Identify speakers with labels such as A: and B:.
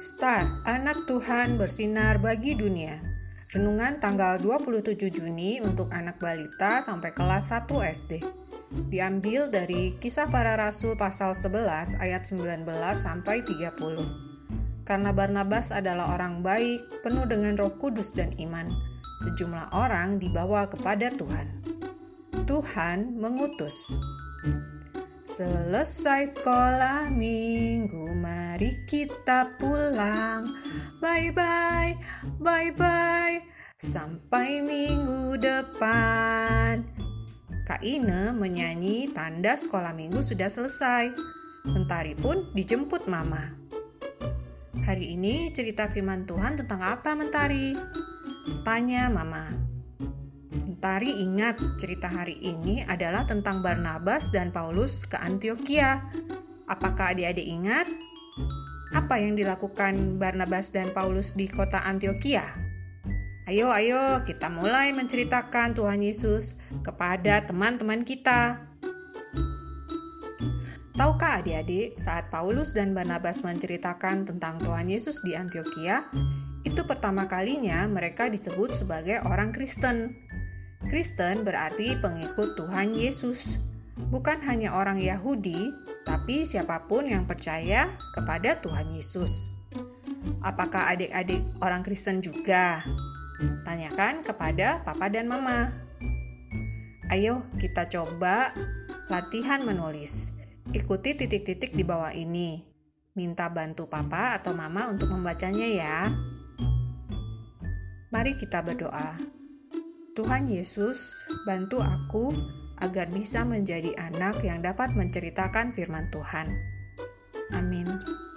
A: Star, anak Tuhan bersinar bagi dunia. Renungan tanggal 27 Juni untuk anak balita sampai kelas 1 SD. Diambil dari Kisah Para Rasul pasal 11 ayat 19 sampai 30. Karena Barnabas adalah orang baik, penuh dengan Roh Kudus dan iman, sejumlah orang dibawa kepada Tuhan. Tuhan mengutus. Selesai sekolah minggu, mari kita pulang. Bye-bye, bye-bye, sampai minggu depan. Kak Ine menyanyi tanda sekolah minggu sudah selesai. Mentari pun dijemput Mama. Hari ini cerita firman Tuhan tentang apa, Mentari? Tanya Mama. Mentari ingat cerita hari ini adalah tentang Barnabas dan Paulus ke Antiokhia. Apakah adik-adik ingat? Apa yang dilakukan Barnabas dan Paulus di kota Antiokhia? Ayo kita mulai menceritakan Tuhan Yesus kepada teman-teman kita. Tahukah adik-adik saat Paulus dan Barnabas menceritakan tentang Tuhan Yesus di Antiokhia, itu pertama kalinya mereka disebut sebagai orang Kristen. Kristen berarti pengikut Tuhan Yesus. Bukan hanya orang Yahudi, tapi siapapun yang percaya kepada Tuhan Yesus. Apakah adik-adik orang Kristen juga? Tanyakan kepada papa dan mama. Ayo kita coba latihan menulis. Ikuti titik-titik di bawah ini. Minta bantu papa atau mama untuk membacanya ya. Mari kita berdoa. Tuhan Yesus, bantu aku agar bisa menjadi anak yang dapat menceritakan firman Tuhan. Amin.